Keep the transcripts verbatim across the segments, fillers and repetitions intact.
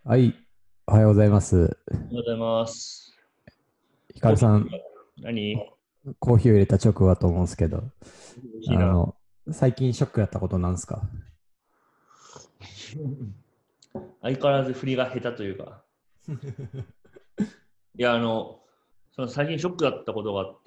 はい、おはようございます。 おはようございます。 ヒカコーヒー、 ルさん、 何コーヒーを入れた直後だと思うんですけど、 美味しいな。 あの、最近ショックだったことなんですか？ 相変わらず振りが下手というか。いや、あの、その最近ショックだったことがあって、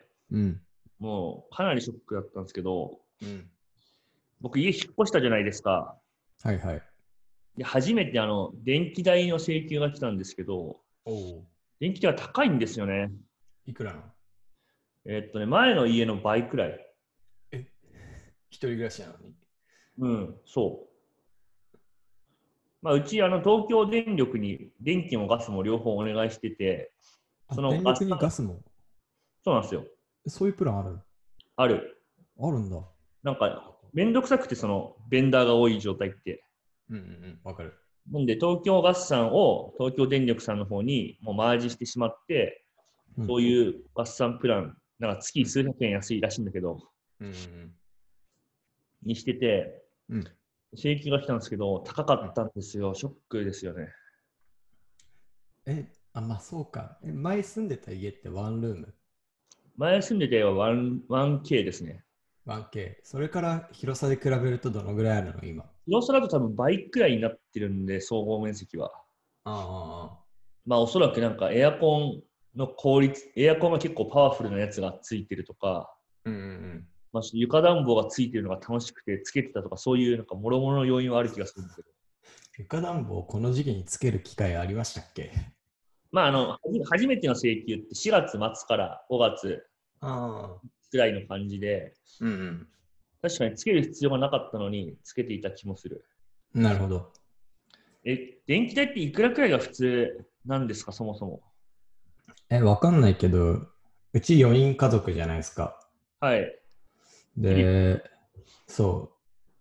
うん。 もうかなりショックだったんですけど、 うん。 僕家引っ越したじゃないですか。 はいはい。 で、初めてあの、電気代の請求が来たんですけど、 おお。 電気代は高いんですよね。 いくらなの？ えっとね、前の家の倍くらい。 え、一人暮らしなのに？ うん、そう。まあ、うちあの東京電力に電気もガスも両方お願いしてて、 あ、 そのガス、 電力にガスも？ そうなんですよ。 そういうプランある？ ある。 あるんだ。 なんか、めんどくさくて、その、ベンダーが多い状態って。 うんうんうん、わかる。 なんで、東京ガスさんを東京電力さんの方にもうマージしてしまって、 うん。 そういう合算プラン、なんか月うん。 数百円安いらしいんだけど、 うんうんにしてて、 うん。 請求が来たんですけど、高かうん。 ったんですよ。ショックですよね。 え、あ、まあそうか。え、前住んでた家ってワンルーム？ 前住んでては ワンワンケー ですね。 ワンケー。それから広さで比べるとどのぐらいあるの今？ 広さだと多分倍くらいになってるんで、総合面積は。 ああ、ああ。 まあ、おそらくなんかエアコンの効率、エアコンが結構パワフルなやつがついてるとか、 うんうんうん。 まあ、床暖房がついてるのが楽しくてつけてたとか、そういうなんか諸々の要因はある気がするんだけど。 床暖房この時期につける機会ありましたっけ？ まあ、あの、初めての請求ってしがつ末からごがつああ、 くらいの感じで、 うん確かにつける必要がなかったのにつけていた気もする。 うん。なるほど。 え、電気代っていくらくらいが普通なんですか、そもそも。 え、わかんないけど、うちよにん家族じゃないですか。 はい。いいで、そう。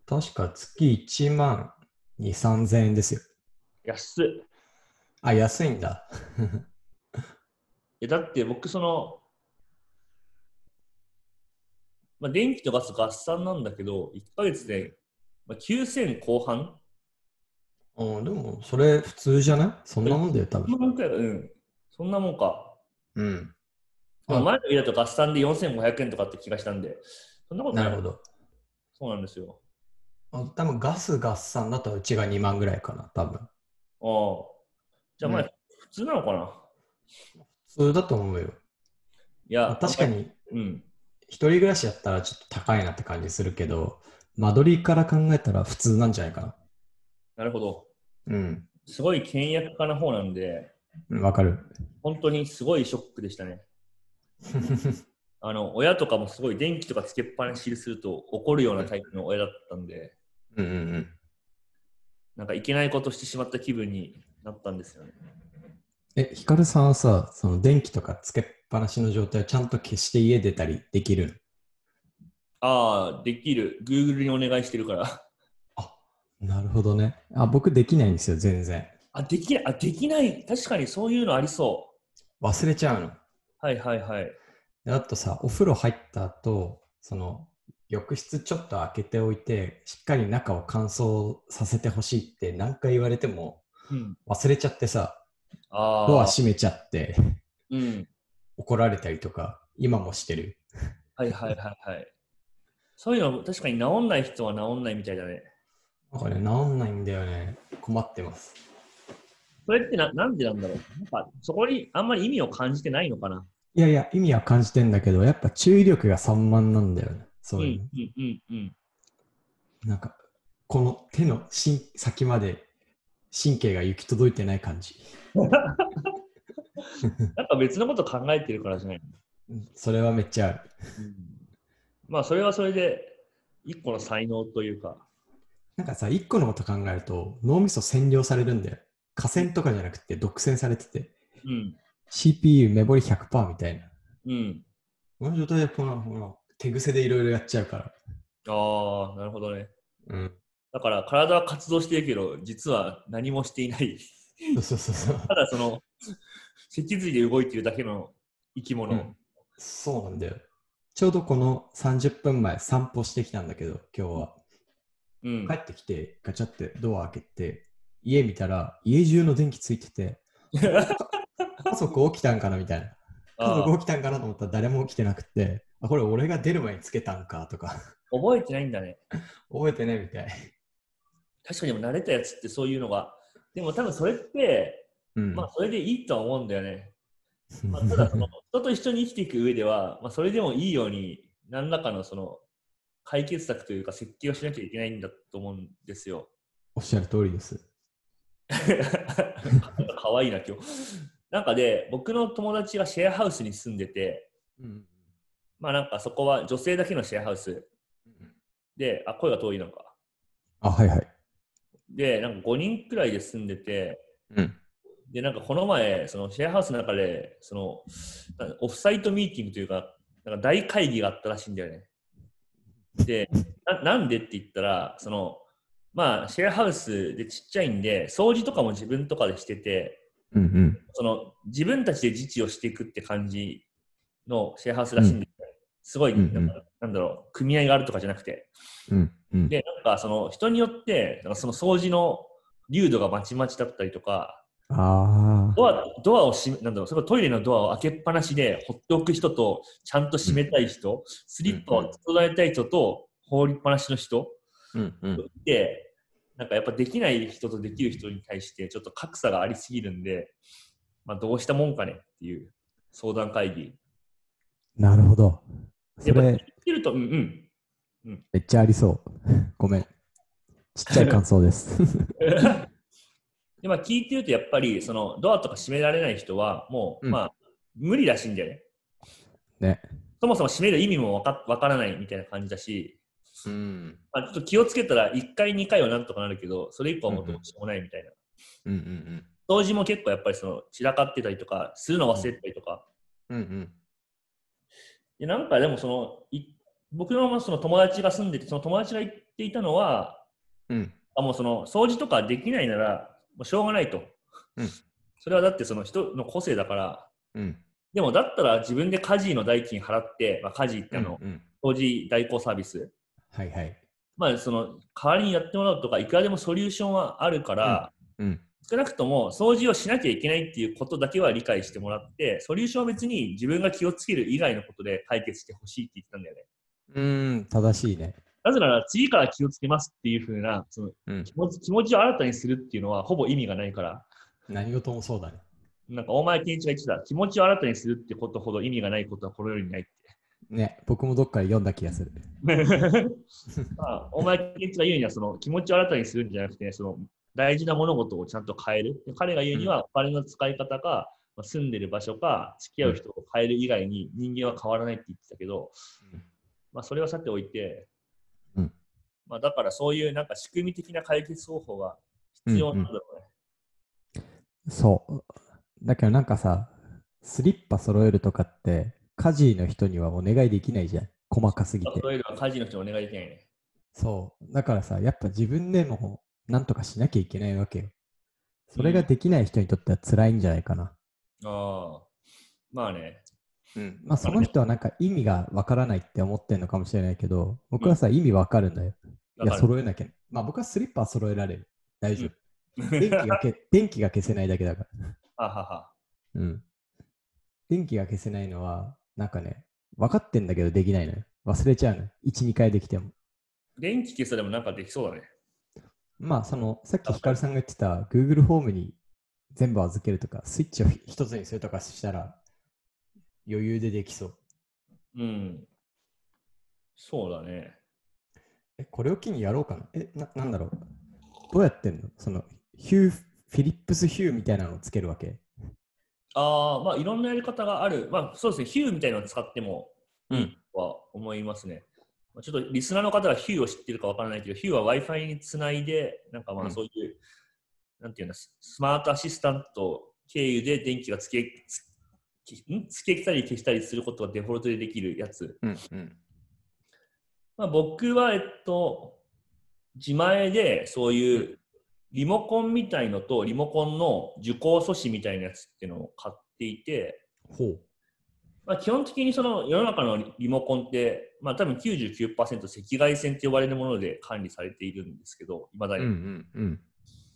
確か月いちまんに、さんぜんえんですよ。 安っ。 あ、安いんだ。 え、だって僕、その、まあ、電気とガス合算なんだけど、いっかげつで、まあ、きゅうせん後半あ、でも、それ普通じゃない？そんなもんだよ、多分。 そんなもんかよ、うん。そんなもんか。 うん。 でも前あ、 の家だと合算でよんせんごひゃくえんとかって気がしたんで、そんなことない。 なるほど。 そうなんですよ。 あ、多分ガス合算だとうちがにまんぐらいかな、多分。 ああ。じゃあまあ、 うん。 普通なのかな。 普通だと思うよ。まあ、 いや、あんまり、 確かに、 うん。 一人暮らしだったらちょっと高いなって感じするけど、間取りから考えたら普通なんじゃないかな。 なるほど。 うん。 すごい倹約家な方なんで、 うん、わかる。 本当にすごいショックでしたね。あの、親とかもすごい電気とかつけっぱなしにすると怒るようなタイプの親だったんで、 うんうんうん。 なんかいけないことしてしまった気分になったんですよね。 え、ヒカルさんはさ、その電気とかつけっぱなしの状態をちゃんと消して家出たりできる？ ああ、できる。Google にお願いしてるから。 あ、なるほどね。あ、僕できないんですよ、全然。 あ、できない。あ、できない。確かにそういうのありそ忘れちゃうの。 う。はいはいはい。 であとさ、お風呂入った後、その、浴室ちょっと開けておいて、しっかり中を乾燥させてほしいって何回言われてもうん。 忘れちゃってさ、ドアああ、 閉めちゃってうん。 怒られたりとか、今もしてる。 はいはいはいはい。そういうの確かに治んない人は治んないみたいだね。 なんかね、治んないんだよね。困ってます。 それってな、なんでなんだろう。なんかそこにあんまり意味を感じてないのかな。 いやいや、意味は感じてんだけど、やっぱ注意力が散漫なんだよね。 うんうそういうの。 んうんうん。 なんか、この手のしん先まで神経が行き届いてない感じ。 なんか別のこと考えてるからじゃないの。 それはめっちゃある。 うん、まあそれはそれで一個の才能というか。 なんかさ、一個のこと考えると脳みそ占領されるんだよ。河うん川とかじゃなくて独占されてて、 うんシーピーユー メモリひゃくパーセントみたいな。 うん。 この状態でこの、この手癖でいろいろやっちゃうから。 ああ、なるほどね。 うん。 だから体は活動してるけど、実は何もしていない。 そうそうそうそう。 ただその脊髄で動いてるだけの生き物。 うん。そうなんだよ。ちょうどこのさんじゅっぷんまえ散歩してきたんだけど、今日は。 うん。 帰ってきて、ガチャってドア開けて、 家見たら家中の電気ついてて、家族起きたんかなみたいな。家族起きたんかなと思ったら誰も起きてなくて、あ、これ俺が出る前につけたんかとか。 覚えてないんだね。 覚えてねみたい。 確かにも慣れたやつってそういうのが。でも多分それって、 うん、 まあそれでいいとは思うんだよね。まあ、ただその人と一緒に生きていく上では、まあ、それでもいいように何らかのその解決策というか設計をしなきゃいけないんだと思うんですよ。 おっしゃる通りです。 かわいいな今日。なんかで僕の友達がシェアハウスに住んでて、 うん、 まあなんかそこは女性だけのシェアハウスで、あ、声が遠いのか。 あ、はいはい。 で、なんかごにんくらいで住んでて、 うん、 で、なんかこの前、そのシェアハウスの中で、そのオフサイトミーティングというか、なんか大会議があったらしいんだよね。で、な, なんでって言ったら、その、まあ、シェアハウスでちっちゃいんで、掃除とかも自分とかでしてて、 うんうん、 その自分たちで自治をしていくって感じのシェアハウスらしいんですよ。うん、すごい、なんか、うんうん、なんだろう、組合があるとかじゃなくて。 うんうん、 で、なんかその人によって、なんかその掃除の流度がまちまちだったりとか、 あドア、ドアを閉め、なんだろう、それトイレのドアを開けっぱなしで放っておく人と、ちゃんと閉めたい人、うん、スリッパを整えたい人と、放りっぱなしの人、 うんうん、 で、なんかやっぱできない人とできる人に対してちょっと格差がありすぎるんで、まあ、どうしたもんかねっていう相談会議。 なるほど。それ、 やっぱ聞いてると、うんうん、 うん。めっちゃありそう。ごめん。ちっちゃい感想です。 で、まあ、聞いてるとやっぱりそのドアとか閉められない人はもう、うん、まあ無理らしいんだよね。 ね。 そもそも閉める意味もわか、わからないみたいな感じだし、 うん、 まあ、ちょっと気をつけたらいっかいにかいはなんとかなるけど、それ以降はもうどうしようもないみたいな。 うんうんうん、 掃除も結構やっぱりその散らかってたりとかするの忘れてたりとか、 うんうん、 でなんかでもそのい僕のその友達が住んでて、その友達が言っていたのは、 うん、 あもうその掃除とかできないならもうしょうがないと、うん、それはだってその人の個性だから、うん、でもだったら自分で家事の代金払って、まあ、家事ってあの、うんうん、掃除代行サービス、 はいはい、 まあその代わりにやってもらうとかいくらでもソリューションはあるから、うんうん、少なくとも掃除をしなきゃいけないっていうことだけは理解してもらって、ソリューションは別に自分が気をつける以外のことで解決してほしいって言ったんだよね。 うーん、正しいね。 なぜなら次から気をつけますっていう風なその気持ち、うん、気持ちを新たにするっていうのはほぼ意味がないから。 何事もそうだね。なんか大前健一が言ってた、気持ちを新たにするってことほど意味がないことはこの世にないって。 ね、僕もどっかで読んだ気がする。 まあ、大前健一が言うにはその気持ちを新たにするんじゃなくて、その大事な物事をちゃんと変える。彼が言うには、お金の使い方か、まあ、住んでる場所か、付き合う人を変える以外に人間は変わらないって言ってたけど、うん、まあ、それはさておいて、うん、まあ、だからそういうなんか仕組み的な解決方法が必要なんだろうね。 うんうん、そう。だけどなんかさ、スリッパ揃えるとかって、家事の人にはお願いできないじゃん。細かすぎて。 揃えるは家事の人にお願いできないね。 そう。だからさ、やっぱ自分でもなんとかしなきゃいけないわけよ。それができない人にとっては辛いんじゃないかな。 うん、ああ。まあね。 うん。まあその人はなんか意味がわからないって思ってるのかもしれないけど、僕はさ、うん、意味わかるんだよ。いや、揃えなきゃ。まあ僕はスリッパは揃えられる。大丈夫。うん、電気がけ電気が消せないだけだから。 あはは。 うん。電気が消せないのは、なんかね、分かってんだけどできないのよ。忘れちゃうの。いち、にかいできても。 電気消すでもなんかできそうだね。 まあ、その、さっきヒカルさんが言ってた Google ホームに全部預けるとか、スイッチを一つにするとかしたら、余裕でできそう。 うん。そうだね。 え、これを機にやろうかな。え、な、なんだろう。どうやってんのその、ヒュー、フィリップスヒューみたいなのをつけるわけ？ ああ、まあ、いろんなやり方がある。まあ、そうですね。ヒューみたいなのを使ってもいいとは思いますね。うん、ちょっとリスナーの方がヒューを知ってるかわからないけど、ヒューは Wi-Fi につないで、なんかまあそういう、うん、なんていうんです、スマートアシスタント経由で電気がつけ、つつけたり消したりすることがデフォルトでできるやつ。うんうん、まあ、僕は、えっと、自前でそういうリモコンみたいのとリモコンの受光素子みたいなやつっていうのを買っていて、ほう、まあ、基本的にその世の中のリモコンって、まあ、多分 きゅうじゅうきゅうパーセント 赤外線と呼ばれるもので管理されているんですけど、いまだに。うんうんうん、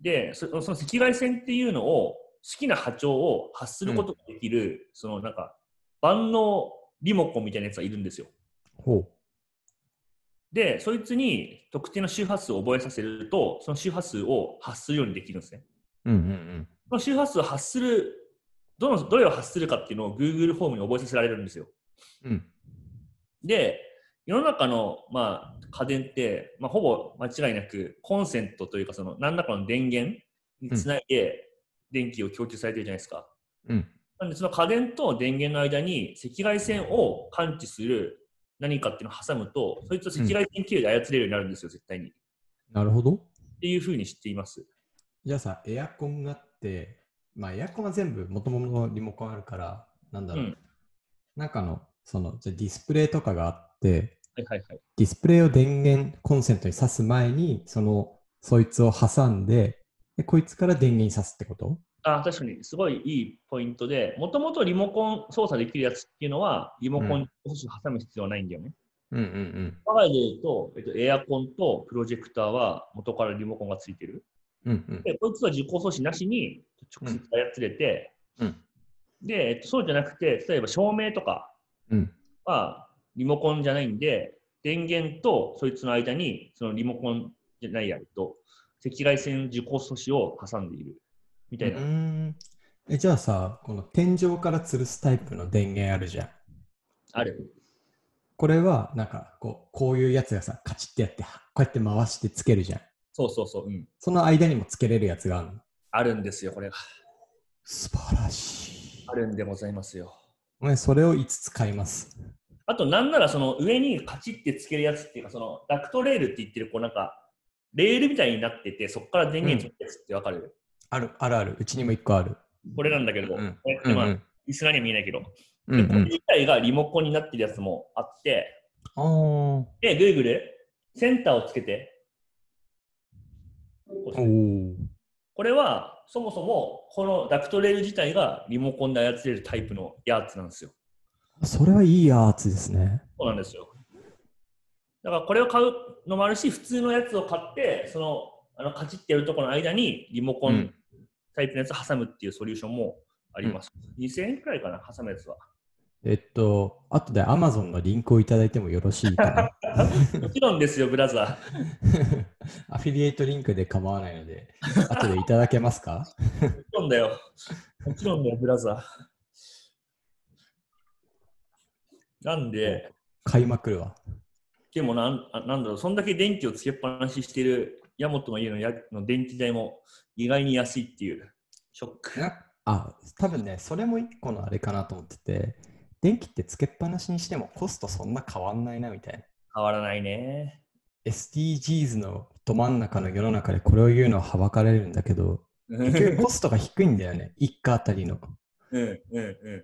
で、そその赤外線っていうのを好きな波長を発することができる、うん、そのなんか万能リモコンみたいなやつがいるんですよ。 ほう。 で、そいつに特定の周波数を覚えさせると、その周波数を発するようにできるんですね。 うんうんうん。 その周波数を発する、どのどれを発するかっていうのを Google フォームに覚えさせられるんですよ。 うん、 で、世の中の、まあ、家電って、まあ、ほぼ間違いなくコンセントというかその何らかの電源につないで電気を供給されてるじゃないですか。 うん、 なのでその家電と電源の間に赤外線を感知する何かっていうのを挟むと、そいつを赤外線経由で操れるようになるんですよ、絶対に。 なるほど。 っていうふうに知っています。 じゃあさ、エアコンがあって、まあエアコンは全部元々のリモコンあるから、なんだろう。うん、中の、その、じゃディスプレイとかがあって、 はいはいはい、 ディスプレイを電源コンセントに挿す前に、その、そいつを挟んで、でこいつから電源に挿すってこと？ あ、確かに、すごいいいポイントで、もともとリモコン操作できるやつっていうのは、リモコンに挟む必要はないんだよね。 うんうんうん。 我が家で言うと、えっと、エアコンとプロジェクターは元からリモコンがついてる。 うんうん、 で、こいつは受講装置なしに直接操れて、うん、で、えっと、そうじゃなくて、例えば照明とかはリモコンじゃないんで、電源とそいつの間に、そのリモコンじゃないやと、赤外線受講素子を挟んでいるみたいな。 うーんえじゃあさ、この天井から吊るすタイプの電源あるじゃん。 ある。 これは、なんかこう、こういうやつがさ、カチッてやって、こうやって回してつけるじゃん。 そうそうそう。うん、 その間にもつけれるやつがあるの？ あるんですよ、これが。 素晴らしい。 あるんでございますよ。 俺、それをいつつ買います。 あと、なんならその上にカチッてつけるやつっていうか、そのダクトレールって言ってる、こうなんか、レールみたいになってて、そこから電源取るやつってわかる、うん、 ある、あるある。うちにもいっこある。 これなんだけど、うん、こうやってまあ、うんうん、リスナーには見えないけど、 うんうん、 でこれ自体がリモコンになってるやつもあって、 あーで、Google、センターをつけて、 おこれは、そもそも、このダクトレール自体がリモコンで操れるタイプのやつなんですよ。 それはいいやつですね。 そうなんですよ。だからこれを買うのもあるし、普通のやつを買って、その、あのカチッてやるところの間にリモコンタイプのやつを挟むっていうソリューションもあります。うん、にせんえんくらいかな、挟むやつは。 えっと、後で Amazon のリンクをいただいてもよろしいかな。 もちろんですよ、ブラザー。 アフィリエイトリンクで構わないので、後でいただけますか？ もちろんだよ。もちろんだよ、ブラザー。なんで、 買いまくるわ。 でもなん、なんだろう、そんだけ電気をつけっぱなししてるヤモトの家のやの電気代も意外に安いっていう、ショック。 あ、多分ね、それも一個のあれかなと思ってて、電気ってつけっぱなしにしてもコストそんな変わんないなみたいな。 変わらないね。 エスディージーズ のど真ん中の世の中でこれを言うのははばかれるんだけど、結局コストが低いんだよね、一家あたりの。 うんうんうん。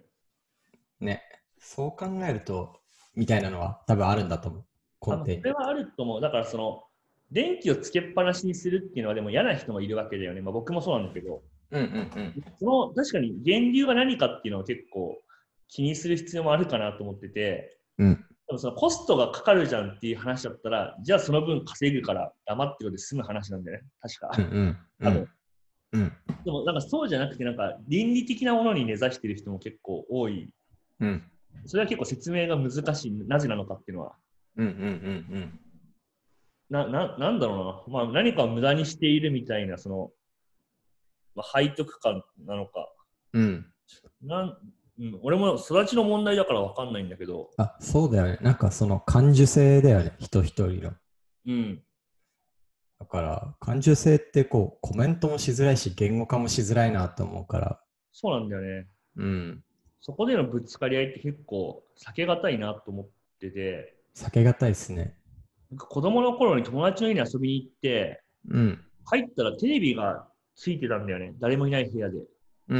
ね、そう考えると、みたいなのは多分あるんだと思う。根底に。 それはあると思う。だからその、電気をつけっぱなしにするっていうのはでも嫌な人もいるわけだよね。まあ、僕もそうなんだけど、 うんうんうん、 その確かに源流が何かっていうのを結構気にする必要もあるかなと思ってて、 うん、 でもそのコストがかかるじゃんっていう話だったら、じゃあその分稼ぐから黙ってるで済む話なんだよね。確か。 うんうん多分。 うん、 でもなんかそうじゃなくて、なんか倫理的なものに根ざしてる人も結構多い。 うん、 それは結構説明が難しい。なぜなのかっていうのは。 うんうんうんうんな、な、なんだろうな。まあ何かを無駄にしているみたいな、その、まあ、背徳感なのか。 うん。 なんうん、俺も育ちの問題だから分かんないんだけど。 あ、そうだよね。なんかその感受性だよね。人一人の。 うん。 だから感受性ってこうコメントもしづらいし言語化もしづらいなと思うから。 そうなんだよね。 うん。 そこでのぶつかり合いって結構避けがたいなと思ってて。 避けがたいですね。 なんか子供の頃に友達の家に遊びに行って、 うん。 入ったらテレビがついてたんだよね。誰もいない部屋で。 うん。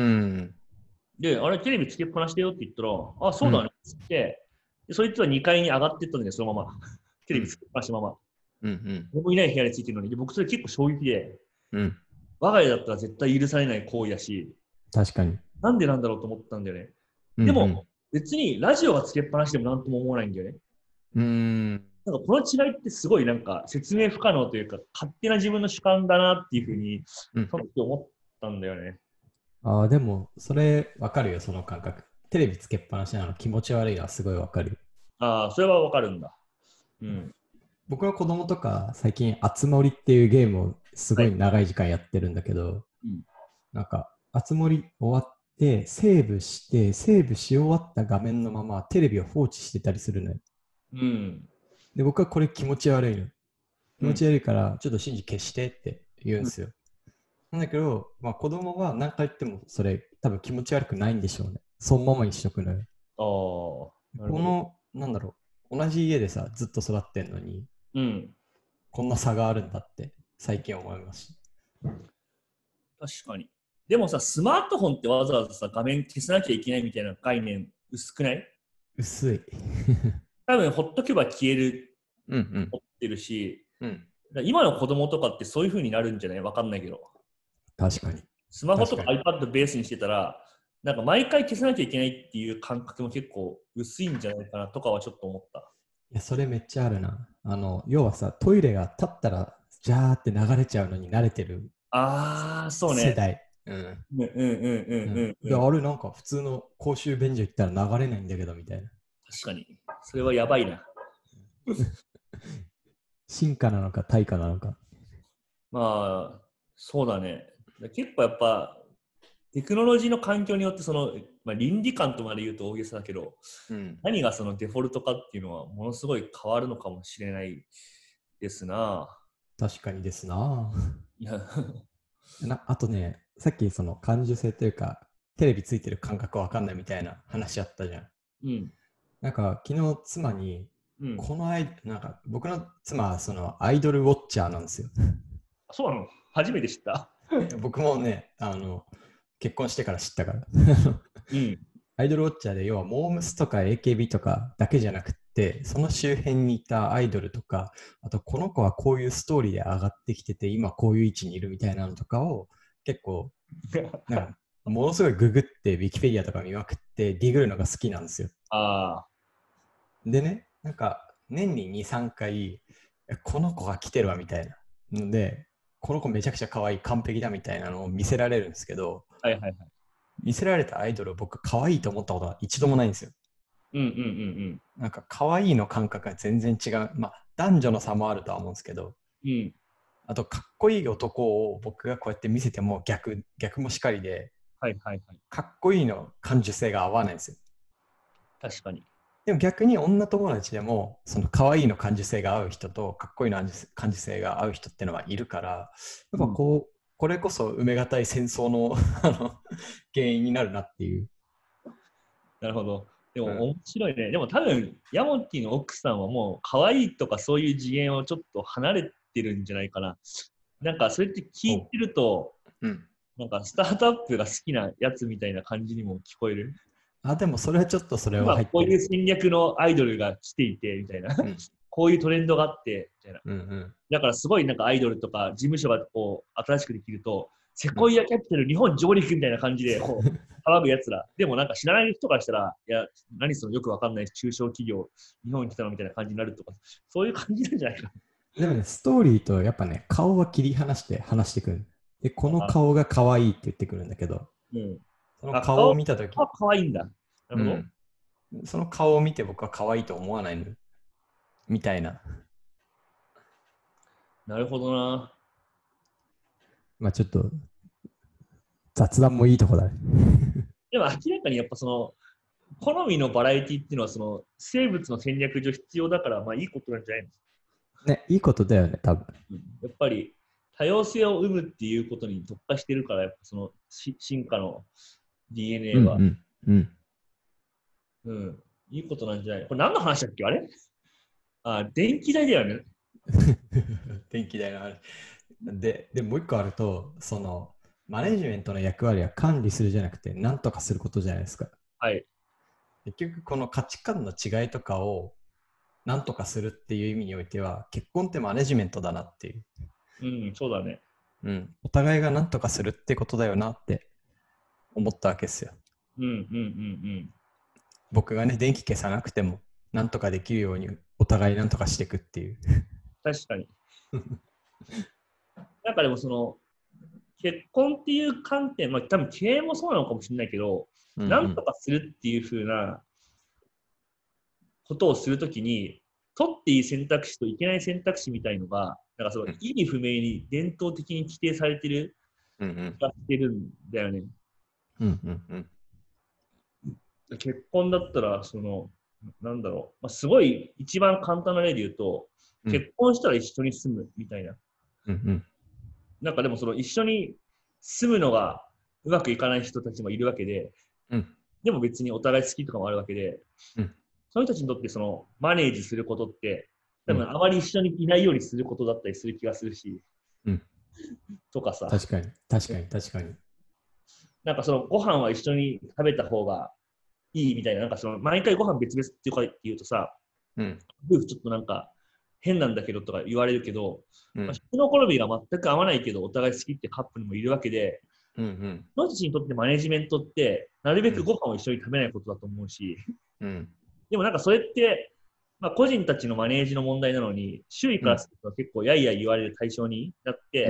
で、あれテレビつけっぱなしだよって言ったら、あ、そうだねって言って、でそいつはにかいに上がってったんだよ、そのまま。テレビつけっぱなしのまま。 うんうん。 誰もいない部屋についてるのに。で、僕それ結構衝撃で、 うん。 我が家だったら絶対許されない行為だし、 確かに。 なんでなんだろうと思ったんだよね。 うんうん、 でも、別にラジオがつけっぱなしでもなんとも思わないんだよね。 うーん。 なんかこの違いってすごいなんか説明不可能というか、勝手な自分の主観だなっていうふうに、その時思ったんだよね。 うん、ああ、でも、それわかるよ、その感覚。テレビつけっぱなしなの気持ち悪いのはすごいわかるよ。 ああ、それはわかるんだ。うん。 僕の子供とか最近、あつ森っていうゲームをすごはいい長い時間やってるんだけど、 うん、 なんか、あつ森終わって、セーブして、セーブし終わった画面のままテレビを放置してたりするのよ。 うん。 で、僕はこれ気持ち悪いの。気うん。 持ち悪いから、ちょっと信じ消してって言うんうん。 ですよ。なんだけど、まあ、子供は何回言ってもそれ多分気持ち悪くないんでしょうね。そのままにしとくのよ。 ああ、なるほど。 この、なんだろう、同じ家でさ、ずっと育ってんのに、 うん。 こんな差があるんだって最近思いました。 確かに。でもさ、スマートフォンってわざわざさ、画面消さなきゃいけないみたいな概念薄くない？ 薄い。 多分、ほっとけば消える、 うんうん。 持ってるし、 うん、 今の子供とかってそういう風になるんじゃない？わかんないけど。 確かに。 スマホとか確かに。 iPad ベースにしてたら、なんか毎回消さなきゃいけないっていう感覚も結構薄いんじゃないかなとかはちょっと思った。 いや、それめっちゃあるな。あの、要はさ、トイレが立ったら、ジャーって流れちゃうのに慣れてるああ、そうね。 世代。うん。 うんうんうんうんうんで、 うん。 あれなんか普通の公衆便所行ったら流れないんだけどみたいな。 確かに。それはやばいな。 進化なのか対価なのか。 まあ、そうだね。結構やっぱ、テクノロジーの環境によってその、まあ、倫理観とまで言うと大げさだけど、 うん、 何がそのデフォルトかっていうのはものすごい変わるのかもしれないですな。 確かにですな。 いやなあとね、さっきその感受性というか、テレビついてる感覚わかんないみたいな話あったじゃん。 うん。 なんか昨日妻に、 うん。 このアイ、なんか僕の妻はそのアイドルウォッチャーなんですよ。 そうなの？初めて知った。 僕もね、あの、結婚してから知ったから。 うん。 アイドルウォッチャーで要はモームスとか エーケービー とかだけじゃなくて、その周辺にいたアイドルとか、あとこの子はこういうストーリーで上がってきてて、今こういう位置にいるみたいなのとかを結構、なんかものすごいググってウィキペディアとか見まくってディグるのが好きなんですよ。 ああ。 でね、なんか年にに、さんかい、この子が来てるわみたいなので、この子めちゃくちゃ可愛い、完璧だみたいなのを見せられるんですけど、 はいはいはい。 見せられたアイドルを僕可愛いと思ったことは一度もないんですよ。 うんうんうんなんか可愛いの感覚が全然違う。まあ男女の差もあるとは思うんですけど、 うん。うん。 あとかっこいい男を僕がこうやって見せても逆、逆もしかりで、 はいはいはい。 かっこいいの感受性が合わないんですよ。 確かに。 でも逆に女友達でも、その可愛いの感受性が合う人とかっこいいの感受性が合う人っていうのはいるから、やっぱこう、これこそ埋めがたい戦争のあの原因になるなっていう。 なるほど。でもうん、 面白いね。でも多分、ヤモティの奥さんはもう可愛いとかそういう次元をちょっと離れてるんじゃないかな。なんかそれって聞いてると、 うん、 なんかスタートアップが好きなやつみたいな感じにも聞こえる。 あ、でもそれはちょっとそれは入ってる。 今こういう戦略のアイドルが来ていてみたいな。うん、こういうトレンドがあってみたいな。 うんうん、 だからすごいなんかアイドルとか事務所がこう新しくできると、セコイアキャピタル日本上陸みたいな感じでこう騒ぐやつら。でもなんか知らない人からしたら、いや、何そのよくわかんない中小企業、日本に来たのみたいな感じになるとか、そういう感じなんじゃないかな。 でもね、ストーリーとやっぱね、顔は切り離して話してくる。で、この顔が可愛いって言ってくるんだけど、 うん、 その顔を見たとき、 顔可愛いんだ。なるほど、 うん。その顔を見て僕は可愛いと思わないのみたいな。 なるほどな。 まあちょっと雑談もいいとこだね。 でも明らかにやっぱその好みのバラエティっていうのはその生物の戦略上必要だからまあいいことなんじゃないの？ ね、いいことだよね、多分。 うん、やっぱり多様性を生むっていうことに特化してるから、やっぱその進化の ディーエヌエー は、 うんうんうん、うん、いいことなんじゃない？これ何の話だっけ？あれあ、電気代だよね。 電気代の話。で、でもう一個あると、その、マネジメントの役割は管理するじゃなくて、何とかすることじゃないですか。 はい。 結局、この価値観の違いとかを何とかするっていう意味においては、結婚ってマネジメントだなっていう。 うん、そうだね。 うん。お互いが何とかするってことだよなって思ったわけですよ。 うんうんうんうん。 僕がね、電気消さなくても、 なんとかできるようにお互いなんとかしていくっていう。 確かに。なんかでもその、結婚っていう観点、まあ多分経営もそうなのかもしれないけど、うんうん、なんとかするっていう風なことをするときに、取っていい選択肢といけない選択肢みたいのが、なんかその意味不明に伝統的に規定されてる気がしてるんだよね。 うんうんうん、結婚だったら、その、なんだろう、まあ、すごい一番簡単な例で言うと、うん、結婚したら一緒に住むみたいな。 うんうん、 なんかでもその一緒に住むのがうまくいかない人たちもいるわけで、 うん、 でも別にお互い好きとかもあるわけで、 うん、 その人たちにとってそのマネージすることって、多分あまり一緒にいないようにすることだったりする気がするし、 うん、とかさ。 確かに、確かに、確かに。 なんかそのご飯は一緒に食べた方がいいみたいな、なんかその毎回ご飯別々っていうかっていうとさ、うん、夫婦ちょっとなんか変なんだけどとか言われるけど、うん、まあ、人の好みが全く合わないけどお互い好きってカップルもいるわけで、うんうん、その人たちにとってマネジメントってなるべくご飯を一緒に食べないことだと思うし、うん、でもなんかそれって、まあ、個人たちのマネージの問題なのに、周囲からすると結構やいやい言われる対象になって、うん、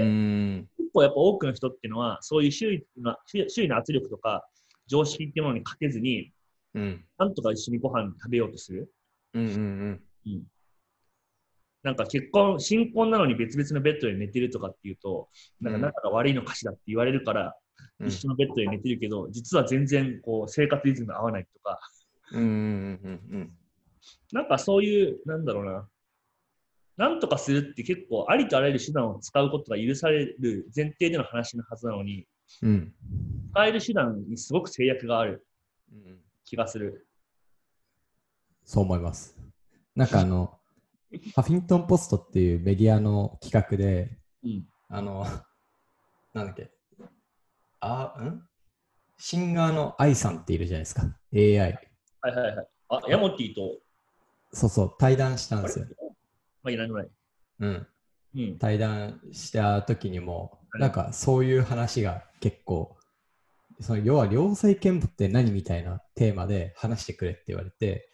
結構やっぱ多くの人っていうのは、そういう周囲の周囲の圧力とか常識っていうものに勝てずに、うん、なんとか一緒にご飯食べようとする。うんうんうんうん、なんか結婚、新婚なのに別々のベッドで寝てるとかっていうと、なんか仲が悪いのかしらって言われるから、うん、一緒のベッドで寝てるけど、実は全然こう生活リズム合わないとか、うんうんうんうん、なんかそういう、なんだろうな、なんとかするって結構ありとあらゆる手段を使うことが許される前提での話のはずなのに、うん、使える手段にすごく制約がある気がする。 そう思います。なんかあの、ハフィントンポストっていうメディアの企画で、うん、あの、なんだっけ、あ、んシンガーのアイさんっているじゃないですか、エーアイ。 はいはいはい。あ、ヤモティと。 そうそう、対談したんですよ。 まあ、いらない。 うん。うん、対談した時にも、はい、なんかそういう話が結構、その要は良妻賢母って何みたいなテーマで話してくれって言われて、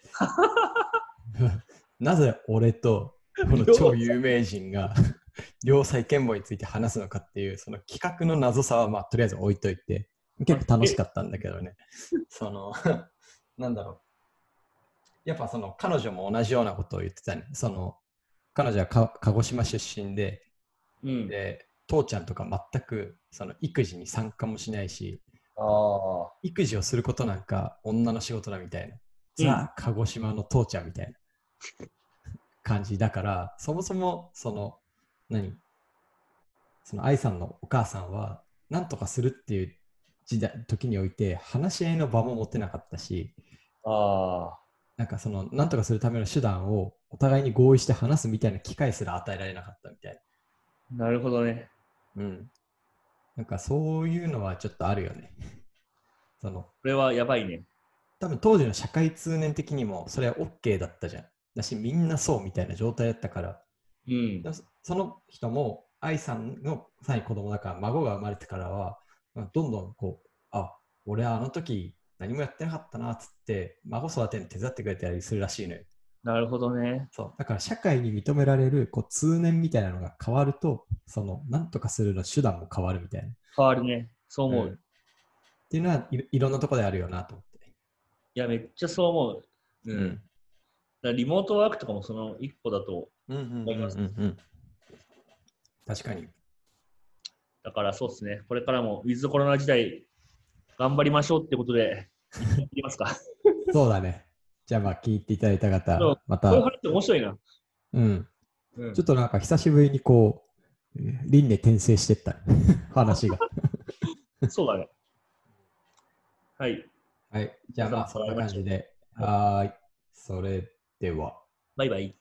なぜ俺とこの超有名人が良妻賢母について話すのかっていうその企画の謎さはまあとりあえず置いといて結構楽しかったんだけどね。そのなんだろう。やっぱその彼女も同じようなことを言ってたね。その彼女はか鹿児島出身で、うん、で父ちゃんとか全くその育児に参加もしないし、あ育児をすることなんか女の仕事だみたいな、ザ・鹿児島の父ちゃんみたいな感じだから、そもそもその何その愛さんのお母さんは何とかするっていう時代時において話し合いの場も持ってなかったし、あなんかその何とかするための手段をお互いに合意して話すみたいな機会すら与えられなかったみたいな。なるほどね。 うん。なんかそういうのはちょっとあるよね。 そのこれはやばいね。 多分当時の社会通念的にもそれは OK だったじゃん。だしみんなそうみたいな状態だったから、うん、その人も愛さんのさらに子供だから孫が生まれてからは、まあ、どんどんこう、あ、俺はあの時何もやってなかったなっつって孫育てに手伝ってくれたりするらしいのよ。 なるほどね。 そうだから社会に認められるこう通念みたいなのが変わると、その何とかするの手段も変わるみたいな。 変わるね。そう思う。うん、 っていうのはい、いろんなところであるよなと思って。 いや、めっちゃそう思う。うん。うん、だリモートワークとかもその一個だと思います。 確かに。 だからそうですね。これからもウィズコロナ時代頑張りましょうってことで、いきますか。 そうだね。じゃあまあ聞いていただいた方、また。 こういう話って面白いな。 うん。うん、ちょっとなんか久しぶりにこう、輪廻転生してった話が。 そうだね。はい。 はい。じゃあまあそんな感じで。はい。それでは。 バイバイ。